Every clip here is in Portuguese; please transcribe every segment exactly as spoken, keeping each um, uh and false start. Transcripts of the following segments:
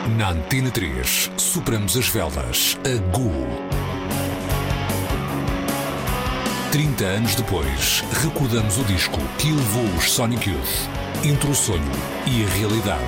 Na Antena três, sopramos as velas a Gu. trinta anos depois, recordamos o disco que elevou os Sonic Youth entre o sonho e a realidade.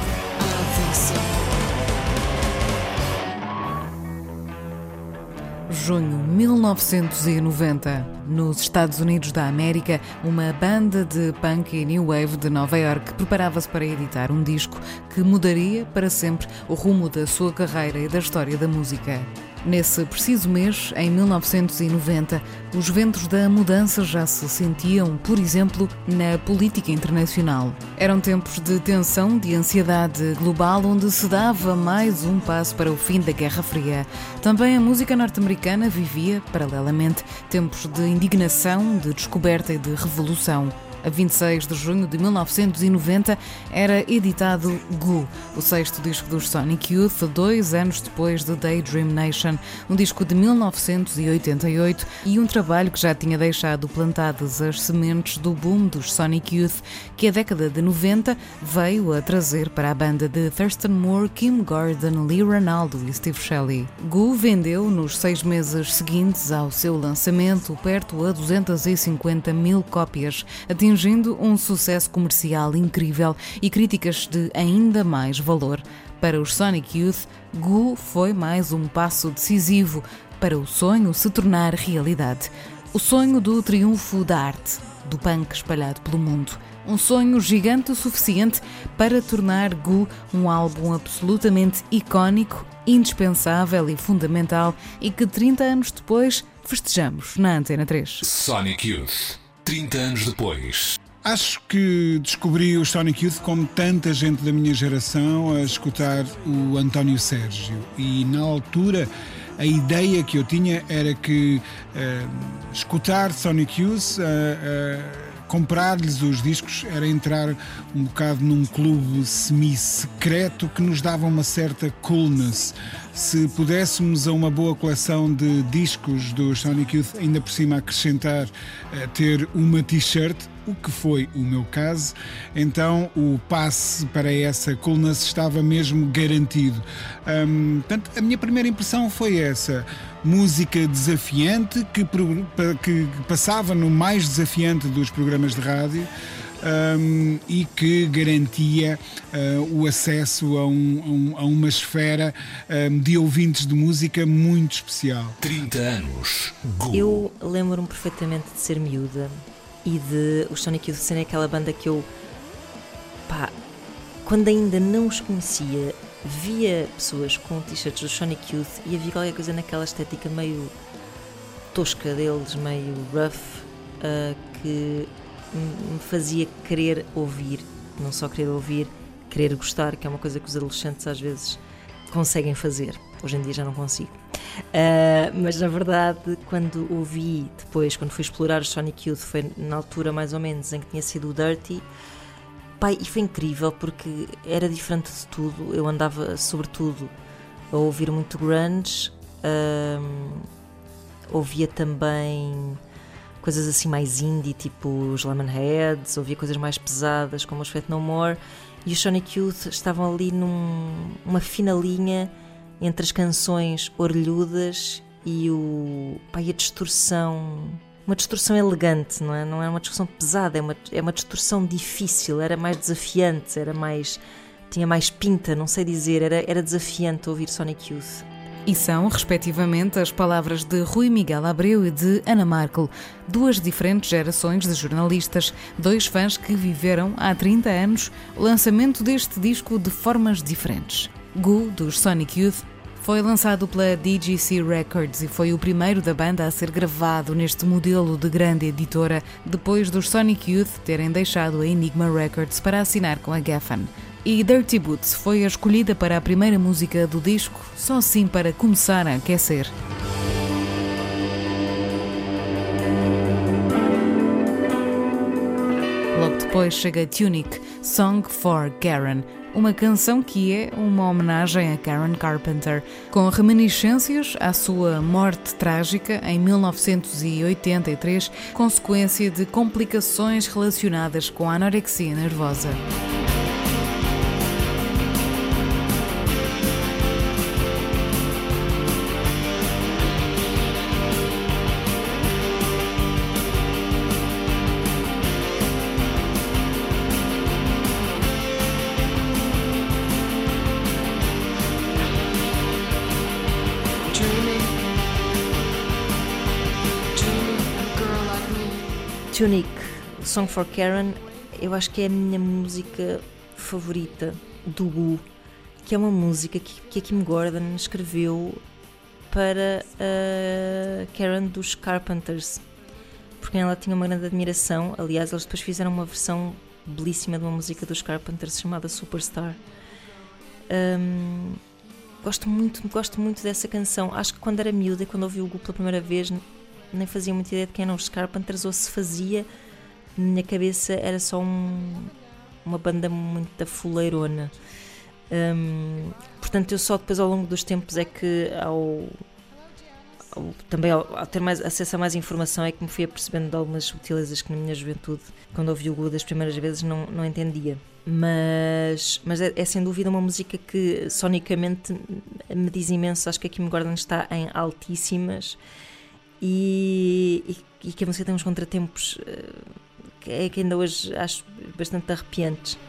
Junho de mil novecentos e noventa. Nos Estados Unidos da América, uma banda de punk e new wave de Nova York preparava-se para editar um disco que mudaria para sempre o rumo da sua carreira e da história da música. Nesse preciso mês, em mil novecentos e noventa, os ventos da mudança já se sentiam, por exemplo, na política internacional. Eram tempos de tensão, de ansiedade global, onde se dava mais um passo para o fim da Guerra Fria. Também a música norte-americana vivia, paralelamente, tempos de indignação, de descoberta e de revolução. A vinte e seis de junho de mil novecentos e noventa era editado Gu, o sexto disco dos Sonic Youth, dois anos depois de Daydream Nation, um disco de mil novecentos e oitenta e oito e um trabalho que já tinha deixado plantadas as sementes do boom dos Sonic Youth, que a década de noventa veio a trazer para a banda de Thurston Moore, Kim Gordon, Lee Ranaldo e Steve Shelley. Gu vendeu nos seis meses seguintes ao seu lançamento perto a duzentas e cinquenta mil cópias, atingindo um sucesso comercial incrível e críticas de ainda mais valor. Para os Sonic Youth, Gu foi mais um passo decisivo para o sonho se tornar realidade. O sonho do triunfo da arte, do punk espalhado pelo mundo. Um sonho gigante o suficiente para tornar Gu um álbum absolutamente icónico, indispensável e fundamental e que trinta anos depois festejamos na Antena três. Sonic Youth. trinta anos depois. Acho que descobri os Sonic Youth como tanta gente da minha geração a escutar o António Sérgio. E na altura a ideia que eu tinha era que uh, escutar Sonic Youth, uh, uh, comprar-lhes os discos, era entrar um bocado num clube semi-secreto que nos dava uma certa coolness. Se pudéssemos a uma boa coleção de discos dos Sonic Youth, ainda por cima acrescentar uh, ter uma t-shirt, o que foi o meu caso, então o passe para essa coolness estava mesmo garantido. Um, portanto, a minha primeira impressão foi essa. Música desafiante que, que passava no mais desafiante dos programas de rádio. Um, e que garantia uh, o acesso a, um, a, um, a uma esfera um, de ouvintes de música muito especial. trinta anos. Gu. Eu lembro-me perfeitamente de ser miúda e de os Sonic Youth serem aquela banda que eu, pá, quando ainda não os conhecia, via pessoas com t-shirts dos Sonic Youth e havia qualquer coisa naquela estética meio tosca deles, meio rough, uh, que me fazia querer ouvir, não só querer ouvir, querer gostar, que é uma coisa que os adolescentes às vezes conseguem fazer. Hoje em dia já não consigo. Uh, mas na verdade, quando ouvi depois, quando fui explorar os Sonic Youth, foi na altura mais ou menos em que tinha sido o Dirty. Pai, e foi incrível porque era diferente de tudo. Eu andava sobretudo a ouvir muito grunge, uh, ouvia também coisas assim mais indie, tipo os Lemonheads, ouvia coisas mais pesadas como os Faith No More, e os Sonic Youth estavam ali numa num, fina linha entre as canções orelhudas e, o, pá, e a distorção, uma distorção elegante, não é? Não é uma distorção pesada, é uma, é uma distorção difícil, era mais desafiante, era mais, tinha mais pinta, não sei dizer, era, era desafiante ouvir Sonic Youth. E são, respectivamente, as palavras de Rui Miguel Abreu e de Ana Markel, duas diferentes gerações de jornalistas, dois fãs que viveram há trinta anos o lançamento deste disco de formas diferentes. Gu, dos Sonic Youth, foi lançado pela D G C Records e foi o primeiro da banda a ser gravado neste modelo de grande editora, depois dos Sonic Youth terem deixado a Enigma Records para assinar com a Geffen. E Dirty Boots foi a escolhida para a primeira música do disco, só assim para começar a aquecer. Logo depois chega Tunic, Song for Karen, uma canção que é uma homenagem a Karen Carpenter, com reminiscências à sua morte trágica em mil novecentos e oitenta e três, consequência de complicações relacionadas com a anorexia nervosa. Tunic, Song for Karen, eu acho que é a minha música favorita do Who, que é uma música que, que a Kim Gordon escreveu para a Karen dos Carpenters, porque ela tinha uma grande admiração. Aliás, eles depois fizeram uma versão belíssima de uma música dos Carpenters chamada Superstar. Um, gosto muito, gosto muito dessa canção. Acho que quando era miúda e quando ouvi o Who pela primeira vez, nem fazia muita ideia de quem eram os Carpenters, ou se fazia, na minha cabeça era só um, uma banda muito fuleirona. Um, portanto, eu só depois ao longo dos tempos é que ao, ao, também ao, ao ter mais acesso a mais informação é que me fui apercebendo de algumas sutilezas que na minha juventude, quando ouvi o Who das primeiras vezes, não, não entendia. Mas, mas é, é sem dúvida uma música que sonicamente me diz imenso. Acho que a Kim Gordon está em altíssimas e, e, e que a música tem uns contratempos que, é, que ainda hoje acho bastante arrepiantes.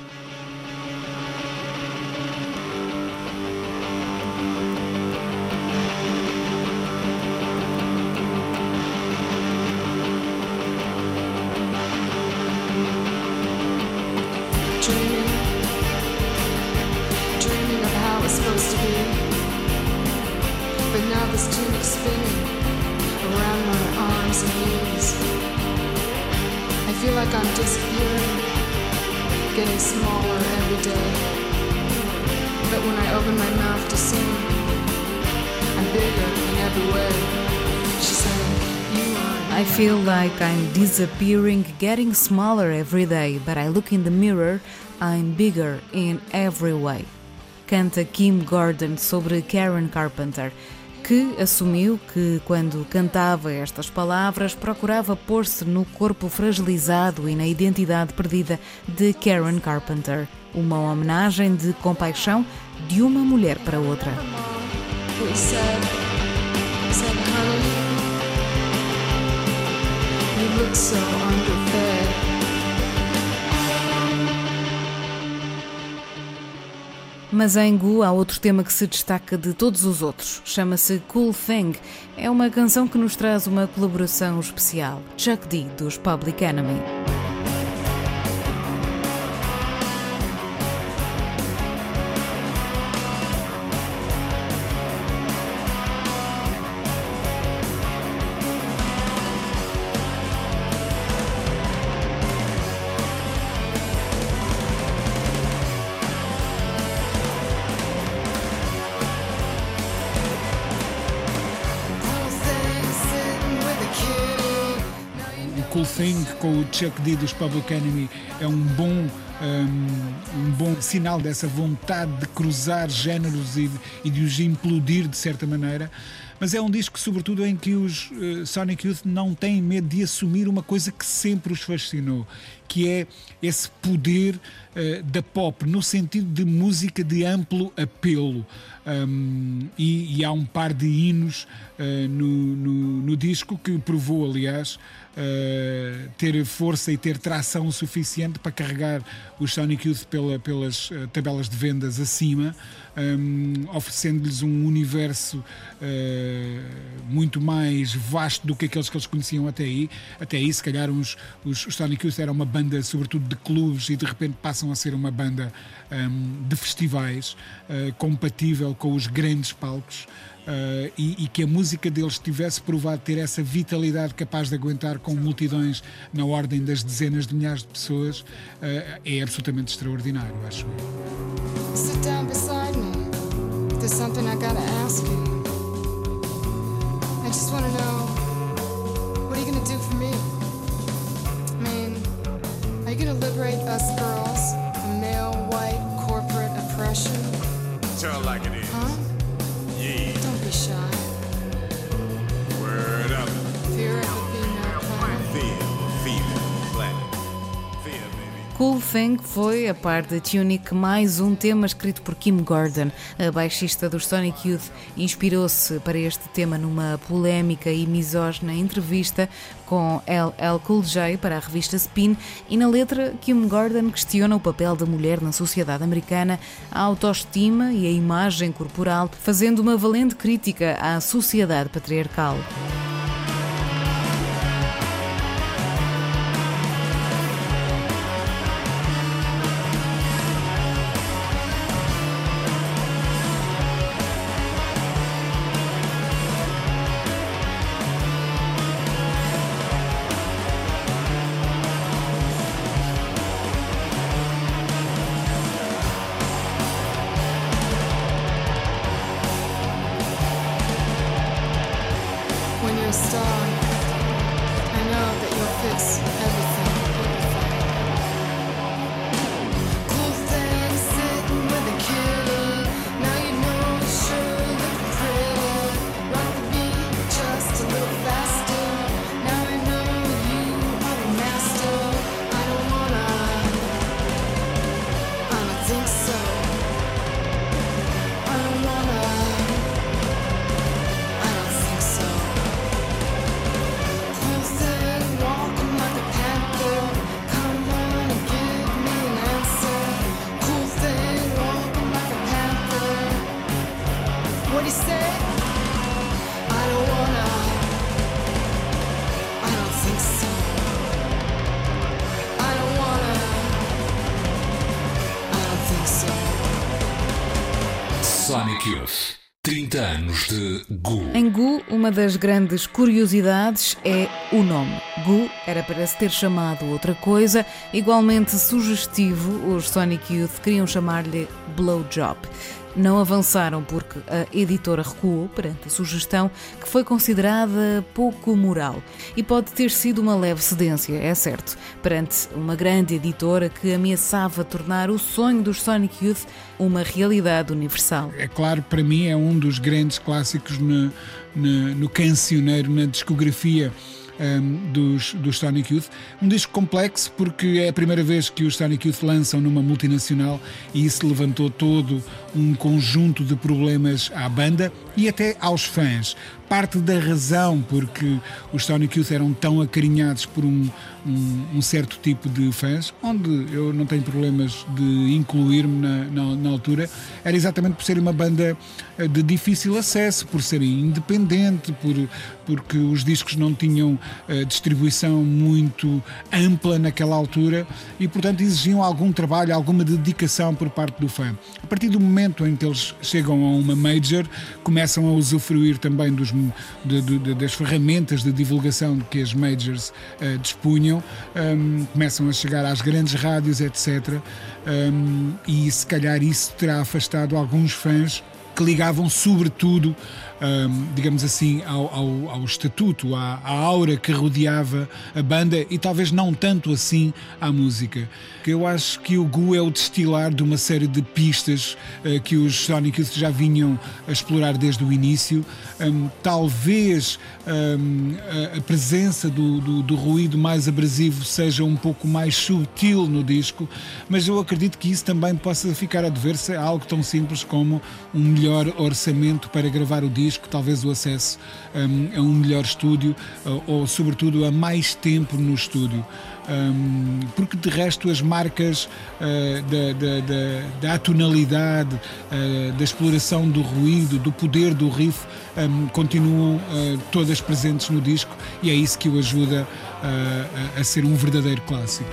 I feel like I'm disappearing, getting smaller every day, but I look in the mirror, I'm bigger in every way. Canta Kim Gordon sobre Karen Carpenter, que assumiu que quando cantava estas palavras procurava pôr-se no corpo fragilizado e na identidade perdida de Karen Carpenter, uma homenagem de compaixão de uma mulher para outra. Mas em Who há outro tema que se destaca de todos os outros. Chama-se Cool Thing. É uma canção que nos traz uma colaboração especial. Chuck D, dos Public Enemy. Cool Thing com o Chuck D dos Public Enemy é um bom, um, um bom sinal dessa vontade de cruzar géneros e de, e de os implodir de certa maneira. Mas é um disco, sobretudo, em que os uh, Sonic Youth não têm medo de assumir uma coisa que sempre os fascinou, que é esse poder uh, da pop, no sentido de música de amplo apelo. Um, e, e há um par de hinos uh, no, no, no disco que provou, aliás, uh, ter força e ter tração suficiente para carregar os Sonic Youth pela, pelas uh, tabelas de vendas acima, um, oferecendo-lhes um universo uh, muito mais vasto do que aqueles que eles conheciam até aí. Até aí, se calhar, os, os, os Sonic Youth eram uma banda, sobretudo, de clubes, e de repente passam a ser uma banda um, de festivais, uh, compatível com os grandes palcos, uh, e, e que a música deles tivesse provado ter essa vitalidade capaz de aguentar com multidões na ordem das dezenas de milhares de pessoas, uh, é absolutamente extraordinário, acho eu. Sit down beside me. There's something I gotta ask you. I just wanna know, what are you gonna do for me? I mean, are you gonna liberate us girls from male, white, corporate oppression? Tell it like it is. Huh? Yeah. Don't be shy. Word up. Fear of the female planet. Feel, feel, planet. Feel, baby. Cool Thing foi, a par de Tunic, mais um tema escrito por Kim Gordon. A baixista dos Sonic Youth inspirou-se para este tema numa polémica e misógina entrevista com L L Cool J para a revista Spin, e na letra Kim Gordon questiona o papel da mulher na sociedade americana, a autoestima e a imagem corporal, fazendo uma valente crítica à sociedade patriarcal. star. I know that you'll fix everything. Cool thing sitting with a kitty. Now you know you sure look pretty. Rock the beat just a little faster. Now I know you are the master. I don't wanna. I don't think so. I don't wanna. I don't think so. Cool thing walking like a panther. Come on and give me an answer. Cool thing walking like a panther. What'd he say? I don't wanna. I don't think so. I don't wanna. I don't think so. Sonic Youth. trinta anos de Goo. Em Goo, uma das grandes curiosidades é o nome. Goo era para se ter chamado outra coisa, igualmente sugestivo, os Sonic Youth queriam chamar-lhe Blowjob. Não avançaram porque a editora recuou perante a sugestão, que foi considerada pouco moral. E pode ter sido uma leve cedência, é certo, perante uma grande editora que ameaçava tornar o sonho dos Sonic Youth uma realidade universal. É claro, para mim é um dos grandes clássicos no, no, no cancioneiro, na discografia um, dos, dos Sonic Youth. Um disco complexo porque é a primeira vez que os Sonic Youth lançam numa multinacional e isso levantou todo um conjunto de problemas à banda e até aos fãs. Parte da razão porque os Sonic Youth eram tão acarinhados por um, um, um certo tipo de fãs, onde eu não tenho problemas de incluir-me na, na, na altura, era exatamente por serem uma banda de difícil acesso, por serem independente, por, porque os discos não tinham uh, distribuição muito ampla naquela altura e, portanto, exigiam algum trabalho, alguma dedicação por parte do fã. A partir do momento em que eles chegam a uma major, começam a usufruir também dos De, de, das ferramentas de divulgação que as majors uh, dispunham, um, começam a chegar às grandes rádios, etcétera. Um, e se calhar isso terá afastado alguns fãs que ligavam sobretudo, um, digamos assim, ao, ao, ao estatuto, à, à aura que rodeava a banda e talvez não tanto assim à música. Eu acho que o Goo é o destilar de uma série de pistas uh, que os Sonic Youth já vinham a explorar desde o início. Um, talvez um, a, a presença do, do, do ruído mais abrasivo seja um pouco mais sutil no disco, mas eu acredito que isso também possa ficar a dever-se a algo tão simples como um melhor orçamento para gravar o disco, talvez o acesso um, a um melhor estúdio ou, ou sobretudo a mais tempo no estúdio. Um, porque de resto as marcas uh, da, da, da, da atonalidade, uh, da exploração do ruído, do poder do riff um, continuam uh, todas presentes no disco e é isso que o ajuda uh, a, a ser um verdadeiro clássico.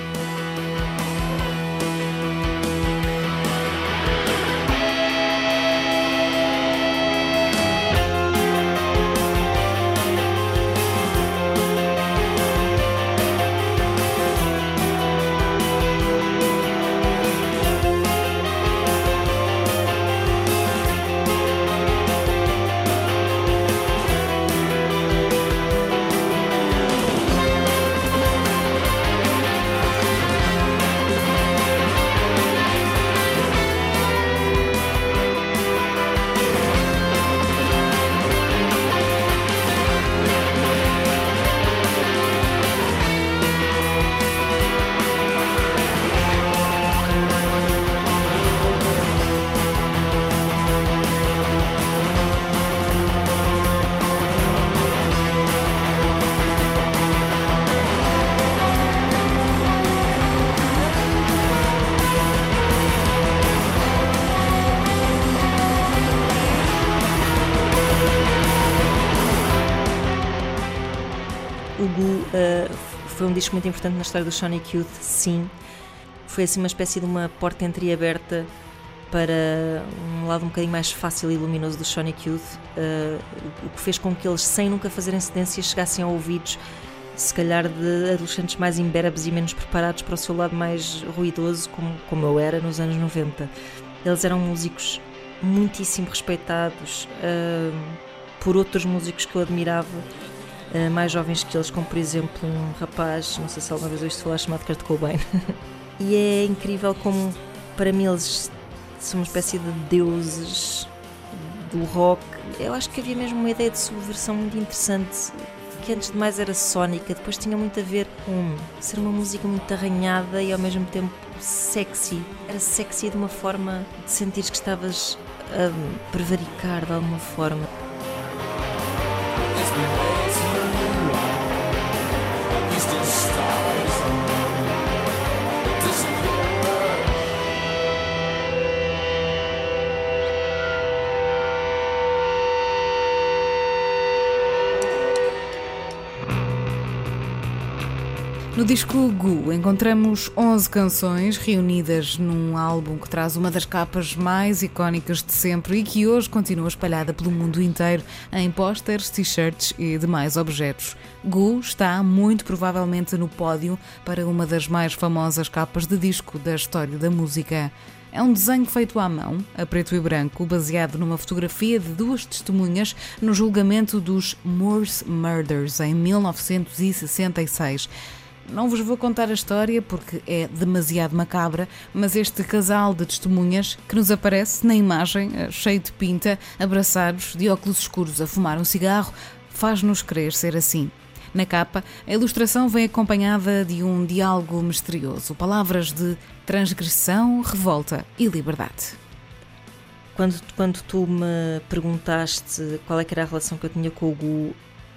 O Goo uh, foi um disco muito importante na história do Sonic Youth, sim. Foi assim uma espécie de uma porta entreaberta para um lado um bocadinho mais fácil e luminoso do Sonic Youth, uh, o que fez com que eles, sem nunca fazerem cedências, chegassem a ouvidos, se calhar, de adolescentes mais imberbes e menos preparados para o seu lado mais ruidoso, como, como eu era nos anos noventa. Eles eram músicos muitíssimo respeitados, uh, por outros músicos que eu admirava, uh, mais jovens que eles, como por exemplo um rapaz, não sei se alguma vez ouviste falar, chamado Kurt Cobain. E é incrível como, para mim, eles são uma espécie de deuses do rock. Eu acho que havia mesmo uma ideia de subversão muito interessante, que antes de mais era sónica, depois tinha muito a ver com ser uma música muito arranhada e ao mesmo tempo sexy. Era sexy de uma forma de sentires que estavas a prevaricar de alguma forma. No disco Goo encontramos onze canções reunidas num álbum que traz uma das capas mais icónicas de sempre e que hoje continua espalhada pelo mundo inteiro em pósteres, t-shirts e demais objetos. Goo está muito provavelmente no pódio para uma das mais famosas capas de disco da história da música. É um desenho feito à mão, a preto e branco, baseado numa fotografia de duas testemunhas no julgamento dos Moors Murders em mil novecentos e sessenta e seis. Não vos vou contar a história porque é demasiado macabra, mas este casal de testemunhas que nos aparece na imagem, cheio de pinta, abraçados, de óculos escuros a fumar um cigarro, faz-nos crer ser assim. Na capa, a ilustração vem acompanhada de um diálogo misterioso, palavras de transgressão, revolta e liberdade. Quando, quando tu me perguntaste qual é que era a relação que eu tinha com o Goo,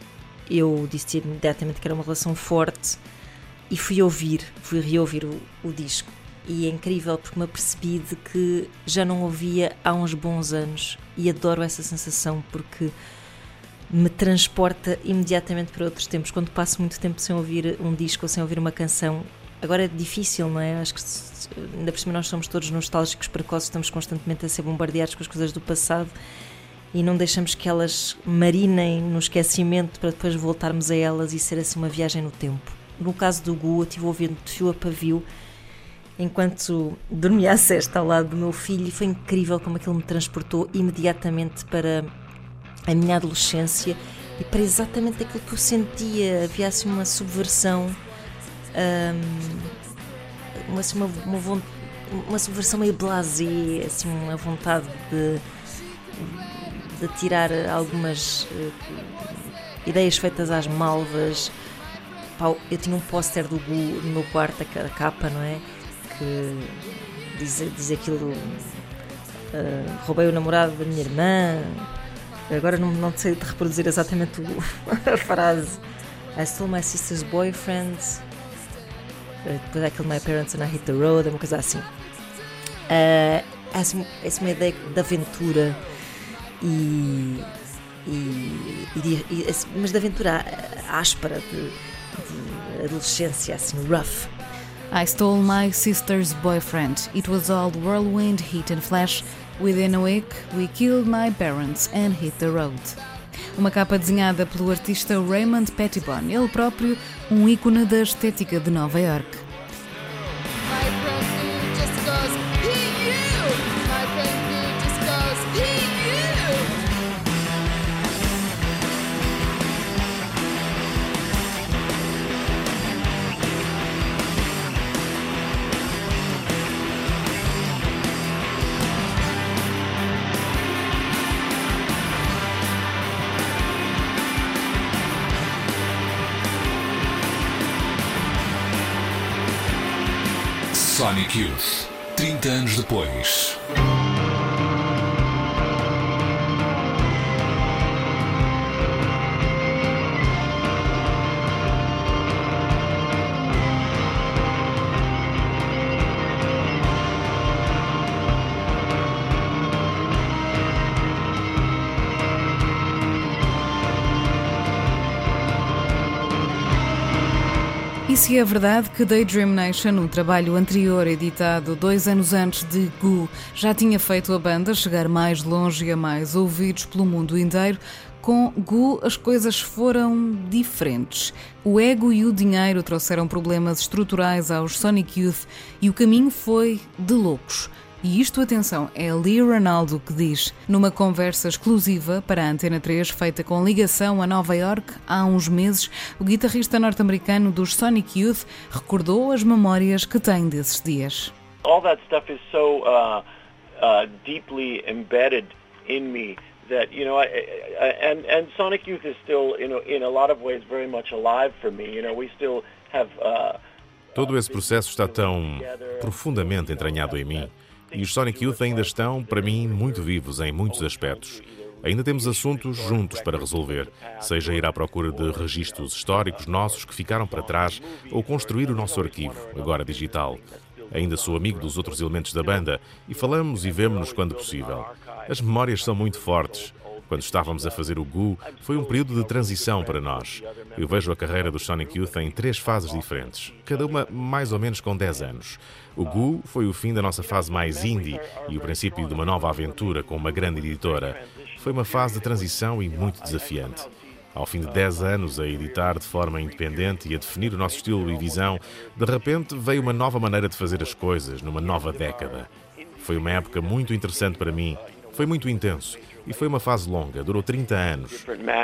eu disse imediatamente que era uma relação forte. E fui ouvir, fui reouvir o, o disco. E é incrível porque me apercebi de que já não ouvia há uns bons anos. E adoro essa sensação porque me transporta imediatamente para outros tempos. Quando passo muito tempo sem ouvir um disco ou sem ouvir uma canção, agora é difícil, não é? Acho que ainda por cima nós somos todos nostálgicos, precoces, estamos constantemente a ser bombardeados com as coisas do passado e não deixamos que elas marinem no esquecimento para depois voltarmos a elas e ser assim uma viagem no tempo. No caso do Goo, eu estive ouvindo de fio a pavio enquanto dormia à sesta ao lado do meu filho e foi incrível como aquilo me transportou imediatamente para a minha adolescência e para exatamente aquilo que eu sentia. Havia assim uma subversão, uma, assim, uma, uma, uma subversão meio blasé, assim, uma vontade de, de tirar algumas uh, ideias feitas às malvas. Eu tinha um póster do Goo no meu quarto, a capa, não é? Que diz, diz aquilo, uh, roubei o namorado da minha irmã, agora não, não sei de reproduzir exatamente o, a frase. I stole my sister's boyfriend, depois uh, I killed my parents and I hit the road, uma coisa assim. Uh, essa, essa é uma ideia de aventura, e, e, e, e, mas de aventura áspera, de de adolescência, assim, rough. I stole my sister's boyfriend. It was all whirlwind, heat and flash. Within a week, we killed my parents and hit the road. Uma capa desenhada pelo artista Raymond Pettibone, ele próprio um ícone da estética de Nova York. Sonic Youth, trinta anos depois. E se é verdade que Daydream Nation, um trabalho anterior editado dois anos antes de Goo, já tinha feito a banda chegar mais longe e a mais ouvidos pelo mundo inteiro, com Goo as coisas foram diferentes. O ego e o dinheiro trouxeram problemas estruturais aos Sonic Youth e o caminho foi de loucos. E isto, atenção, é Lee Ranaldo que diz, numa conversa exclusiva para a Antena três, feita com ligação a Nova Iorque há uns meses, o guitarrista norte-americano dos Sonic Youth recordou as memórias que tem desses dias. All that stuff is so uh, uh, deeply embedded in me that, you know, I, I, and, and Sonic Youth is still, you know, in a lot of ways very much alive for me. You know, we still have... Uh, Todo esse processo está tão profundamente entranhado em mim. E os Sonic Youth ainda estão, para mim, muito vivos em muitos aspectos. Ainda temos assuntos juntos para resolver, seja ir à procura de registros históricos nossos que ficaram para trás ou construir o nosso arquivo, agora digital. Ainda sou amigo dos outros elementos da banda e falamos e vemo-nos quando possível. As memórias são muito fortes. Quando estávamos a fazer o Goo, foi um período de transição para nós. Eu vejo a carreira dos Sonic Youth em três fases diferentes, cada uma mais ou menos com dez anos. O Goo foi o fim da nossa fase mais indie e o princípio de uma nova aventura com uma grande editora. Foi uma fase de transição e muito desafiante. Ao fim de dez anos a editar de forma independente e a definir o nosso estilo e visão, de repente veio uma nova maneira de fazer as coisas, numa nova década. Foi uma época muito interessante para mim, foi muito intenso. E foi uma fase longa, durou trinta anos.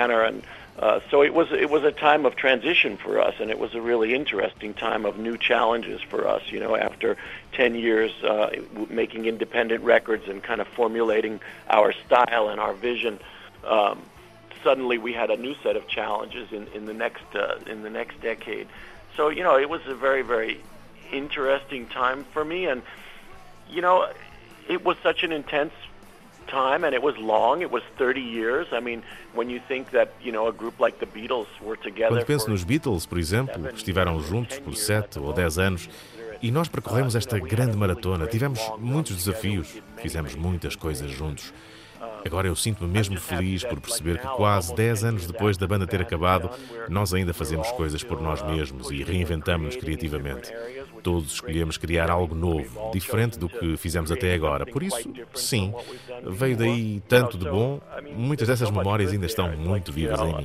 Uh, so it was it was a time of transition for us, and it was a really interesting time of new challenges for us. You know, after ten years uh, making independent records and kind of formulating our style and our vision, um, suddenly we had a new set of challenges in in the next uh, in the next decade. So you know, it was a very very interesting time for me, and you know, it was such an intense time, and it was long. It was thirty years. I mean, when you think that, you know, a group like the Beatles were together. Quando penso nos Beatles, por exemplo, que estiveram juntos por sete ou dez anos, e nós percorremos esta grande maratona, tivemos muitos desafios, fizemos muitas coisas juntos. Agora eu sinto-me mesmo feliz por perceber que quase dez anos depois da banda ter acabado, nós ainda fazemos coisas por nós mesmos e reinventamos-nos criativamente. Todos escolhemos criar algo novo, diferente do que fizemos até agora. Por isso, sim, veio daí tanto de bom, muitas dessas memórias ainda estão muito vivas em mim.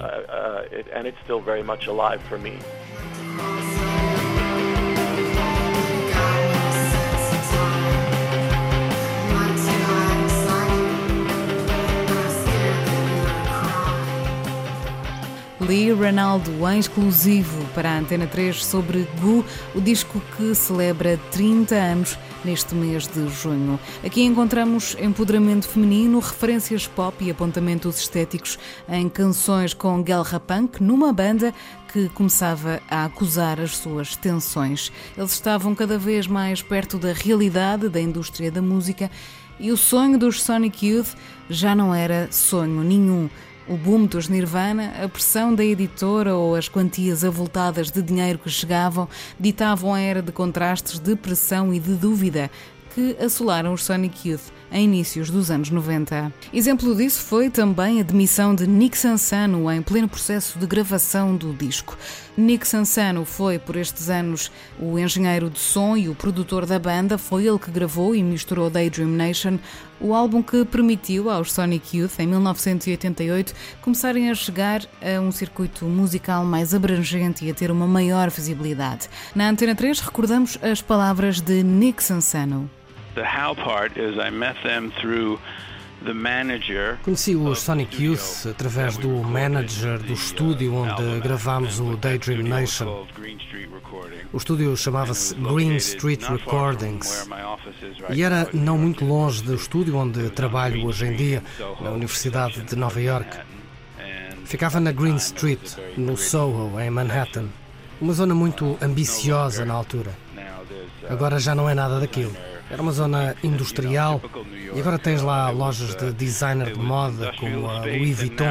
Lee Ranaldo, em exclusivo para a Antena três sobre Goo, o disco que celebra trinta anos neste mês de junho. Aqui encontramos empoderamento feminino, referências pop e apontamentos estéticos em canções com guerra punk, numa banda que começava a acusar as suas tensões. Eles estavam cada vez mais perto da realidade da indústria da música e o sonho dos Sonic Youth já não era sonho nenhum. O boom dos Nirvana, a pressão da editora ou as quantias avultadas de dinheiro que chegavam ditavam a era de contrastes, de pressão e de dúvida que assolaram os Sonic Youth em inícios dos anos noventa. Exemplo disso foi também a demissão de Nick Sansano em pleno processo de gravação do disco. Nick Sansano foi, por estes anos, o engenheiro de som e o produtor da banda. Foi ele que gravou e misturou Daydream Nation, o álbum que permitiu aos Sonic Youth, em mil novecentos e oitenta e oito, começarem a chegar a um circuito musical mais abrangente e a ter uma maior visibilidade. Na Antena três recordamos as palavras de Nick Sansano. The how part is I met them through the manager. Conheci os Sonic Youth através do manager do estúdio onde gravámos o Daydream Nation. O estúdio chamava-se Green Street Recordings e era não muito longe do estúdio onde trabalho hoje em dia, na Universidade de Nova Iorque. Ficava na Green Street, no Soho, em Manhattan. Uma zona muito ambiciosa na altura. Agora já não é nada daquilo. Era uma zona industrial e agora tens lá lojas de designer de moda como a Louis Vuitton.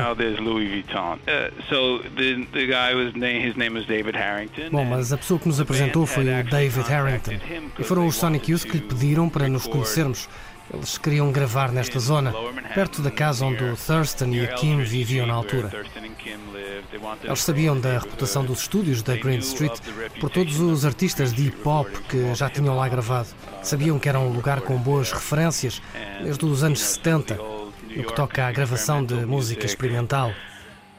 Bom, mas a pessoa que nos apresentou foi o David Harrington e foram os Sonic Youth que lhe pediram para nos conhecermos. Eles queriam gravar nesta zona, perto da casa onde o Thurston e a Kim viviam na altura. Eles sabiam da reputação dos estúdios da Green Street por todos os artistas de hip-hop que já tinham lá gravado. Sabiam que era um lugar com boas referências desde os anos setenta, no que toca à gravação de música experimental.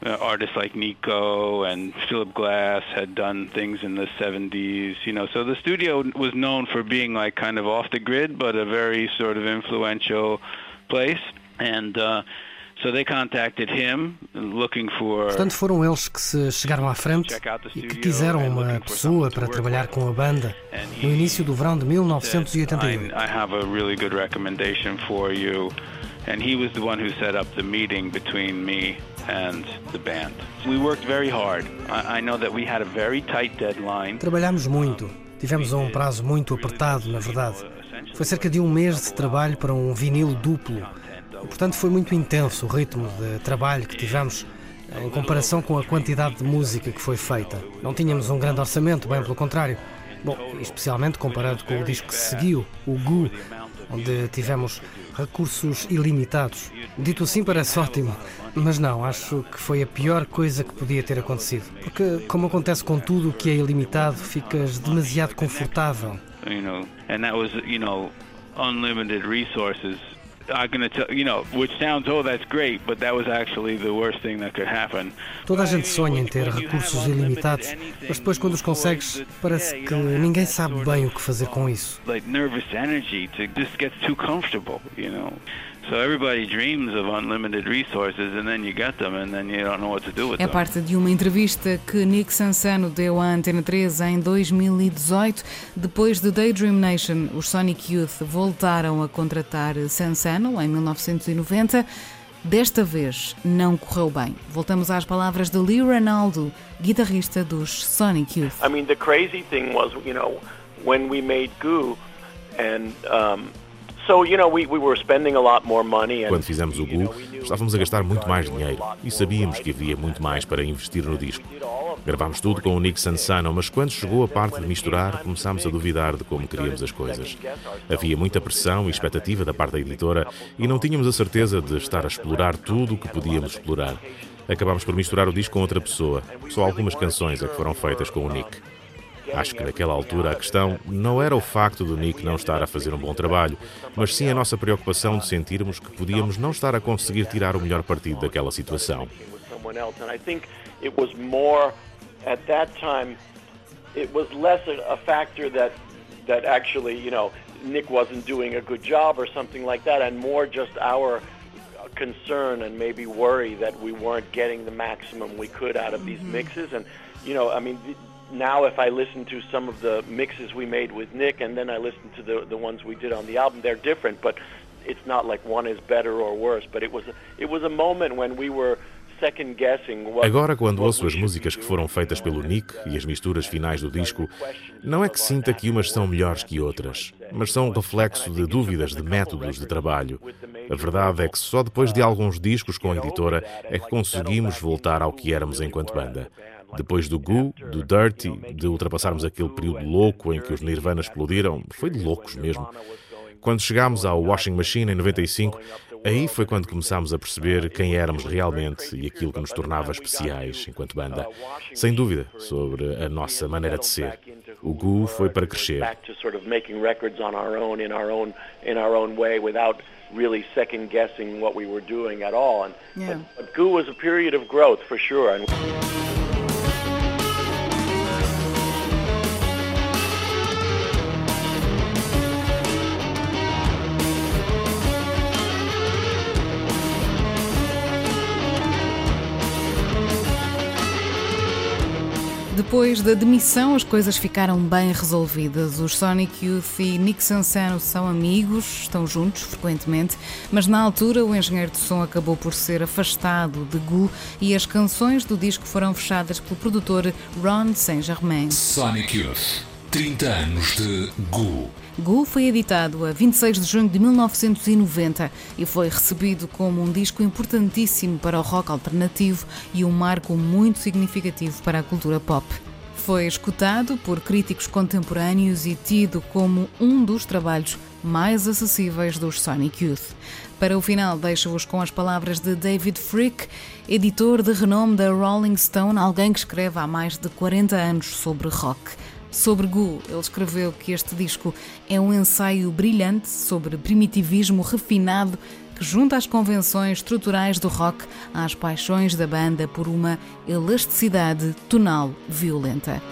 Uh, artists like Nico and Philip Glass had done things in the seventies, you know, so the studio was known for being like kind of off the grid, but a very sort of influential place, and uh, so they contacted him looking for... Portanto, foram eles que se chegaram à frente e que quiseram uma pessoa para trabalhar com a banda no início do verão de mil novecentos e oitenta e oito. I have a really good recommendation for you, and he was the one who set up the meeting between me and the band. We worked very hard. I know that we had a very tight deadline. Trabalhámos muito. Tivemos um prazo muito apertado, na verdade. Foi cerca de um mês de trabalho para um vinil duplo. E, portanto, foi muito intenso o ritmo de trabalho que tivemos em comparação com a quantidade de música que foi feita. Não tínhamos um grande orçamento, bem pelo contrário. Bom, especialmente comparado com o disco que seguiu, o Goo, onde tivemos recursos ilimitados. Dito assim parece ótimo, mas não, acho que foi a pior coisa que podia ter acontecido. Porque, como acontece com tudo o que é ilimitado, ficas demasiado confortável. You know, and that was, you know, unlimited resources. I'm going to tell, you know, which sounds, oh, that's great, but that was actually the worst thing that could happen. Toda a gente sonha em ter recursos ilimitados, mas depois quando os consegues, parece que ninguém sabe bem o que fazer com isso. Like nervous energy to just get too comfortable, you know. So everybody dreams of unlimited resources and then you get them and then you don't know what to do with them. É parte de uma entrevista que Nick Sansano deu à Antena três em dois mil e dezoito. Depois de Daydream Nation, os Sonic Youth voltaram a contratar Sansano em mil novecentos e noventa. Desta vez não correu bem. Voltamos às palavras de Lee Ranaldo, guitarrista dos Sonic Youth. I mean, the crazy thing was, you know, when we made Goo and um So, you know, we, we were spending a lot more money and, Quando fizemos o Goo, estávamos a gastar muito mais dinheiro e sabíamos que havia muito mais para investir no disco. Gravámos tudo com o Nick Sansano, mas quando chegou a parte de misturar, começámos a duvidar de como queríamos as coisas. Havia muita pressão e expectativa da parte da editora e não tínhamos a certeza de estar a explorar tudo o que podíamos explorar. Acabámos por misturar o disco com outra pessoa. Só algumas canções é que foram feitas com o Nick. Acho que naquela altura a questão não era o facto do Nick não estar a fazer um bom trabalho, mas sim a nossa preocupação de sentirmos que podíamos não estar a conseguir tirar o melhor partido daquela situação. Nick wasn't doing a good job or something like that, and more just our concern and maybe worry that we weren't getting the maximum we could out of these mixes. And you know, I mean, now if I listen to some of the mixes we made with Nick and then I listen to the the ones we did on the album, they're different, but it's not like one is better or worse. But it was a, it was a moment when we were second guessing what. Agora, quando ouço as músicas que foram feitas pelo Nick e as misturas finais do disco, não é que sinta que umas são melhores que outras, mas são um reflexo de dúvidas de métodos de trabalho. A verdade é que só depois de alguns discos com a editora é que conseguimos voltar ao que éramos enquanto banda. Depois do Goo, do Dirty, de ultrapassarmos aquele período louco em que os Nirvana explodiram, foi de loucos mesmo. Quando chegámos ao Washing Machine em noventa e cinco, aí foi quando começámos a perceber quem éramos realmente e aquilo que nos tornava especiais enquanto banda. Sem dúvida, sobre a nossa maneira de ser. O Goo foi para crescer. Really second guessing what we were doing at all, and yeah. but, but Goo was a period of growth for sure. And depois da demissão, as coisas ficaram bem resolvidas. Os Sonic Youth e Nick Sansano são amigos, estão juntos frequentemente, mas na altura o engenheiro de som acabou por ser afastado de Goo e as canções do disco foram fechadas pelo produtor Ron Saint-Germain. Sonic Youth, trinta anos de Goo. Goo foi editado a vinte e seis de junho de mil novecentos e noventa e foi recebido como um disco importantíssimo para o rock alternativo e um marco muito significativo para a cultura pop. Foi escutado por críticos contemporâneos e tido como um dos trabalhos mais acessíveis dos Sonic Youth. Para o final, deixo-vos com as palavras de David Fricke, editor de renome da Rolling Stone, alguém que escreve há mais de quarenta anos sobre rock. Sobre Goo, ele escreveu que este disco é um ensaio brilhante sobre primitivismo refinado que que junta as convenções estruturais do rock às paixões da banda por uma elasticidade tonal violenta.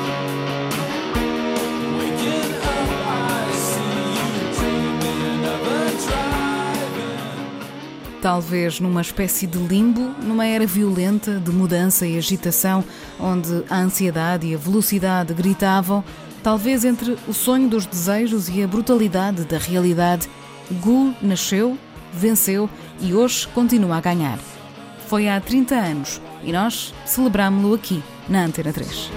Talvez numa espécie de limbo, numa era violenta de mudança e agitação, onde a ansiedade e a velocidade gritavam, talvez entre o sonho dos desejos e a brutalidade da realidade, Goo nasceu, venceu e hoje continua a ganhar. Foi há trinta anos e nós celebramos-lo aqui, na Antena três.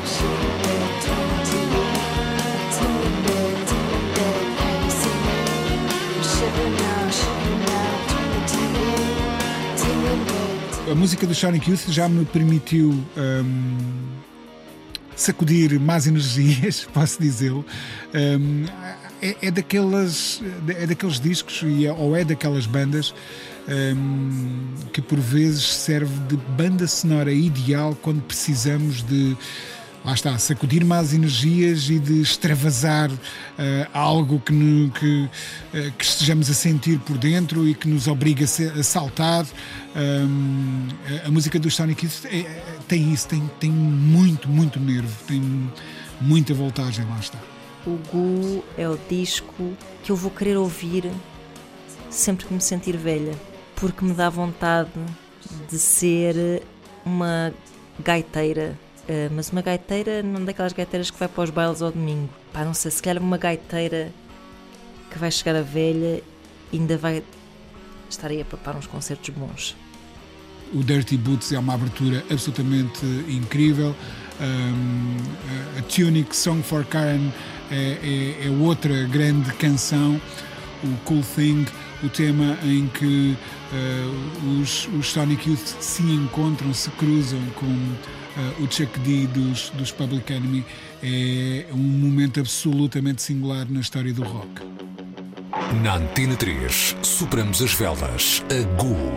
A música do Sonic Youth já me permitiu um, sacudir más energias, posso dizê-lo. Um, é, é, daquelas, é daqueles discos, ou é daquelas bandas um, que por vezes serve de banda sonora ideal quando precisamos de, lá está, sacudir más energias e de extravasar uh, algo que, no, que, uh, que estejamos a sentir por dentro e que nos obriga a, ser, a saltar. Um, a, a música do Sonic Youth é, é, tem isso, tem, tem muito, muito nervo, tem muita voltagem, lá está. O Goo é o disco que eu vou querer ouvir sempre que me sentir velha, porque me dá vontade de ser uma gaiteira. Uh, mas uma gaiteira, não daquelas gaiteiras que vai para os bailes ao domingo. Pá, não sei, se calhar uma gaiteira que vai chegar a velha e ainda vai estar aí a papar uns concertos bons. O Dirty Boots é uma abertura absolutamente incrível. Um, a Tunic, Song for Karen é, é, é outra grande canção. O Cool Thing, o tema em que uh, os, os Sonic Youth se encontram, se cruzam com uh, o Chuck D dos, dos Public Enemy, é um momento absolutamente singular na história do rock. Na Antena três, superamos as velas, a Goo.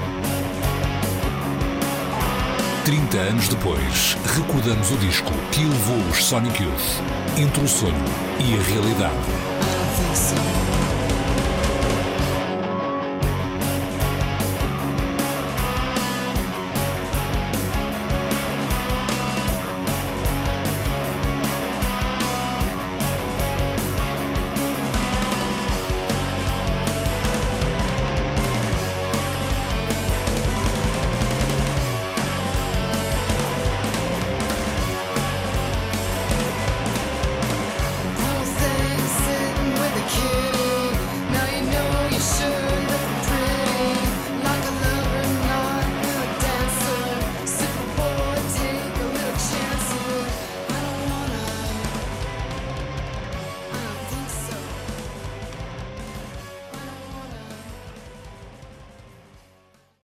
trinta anos depois, recordamos o disco que levou os Sonic Youth entre o sonho e a realidade.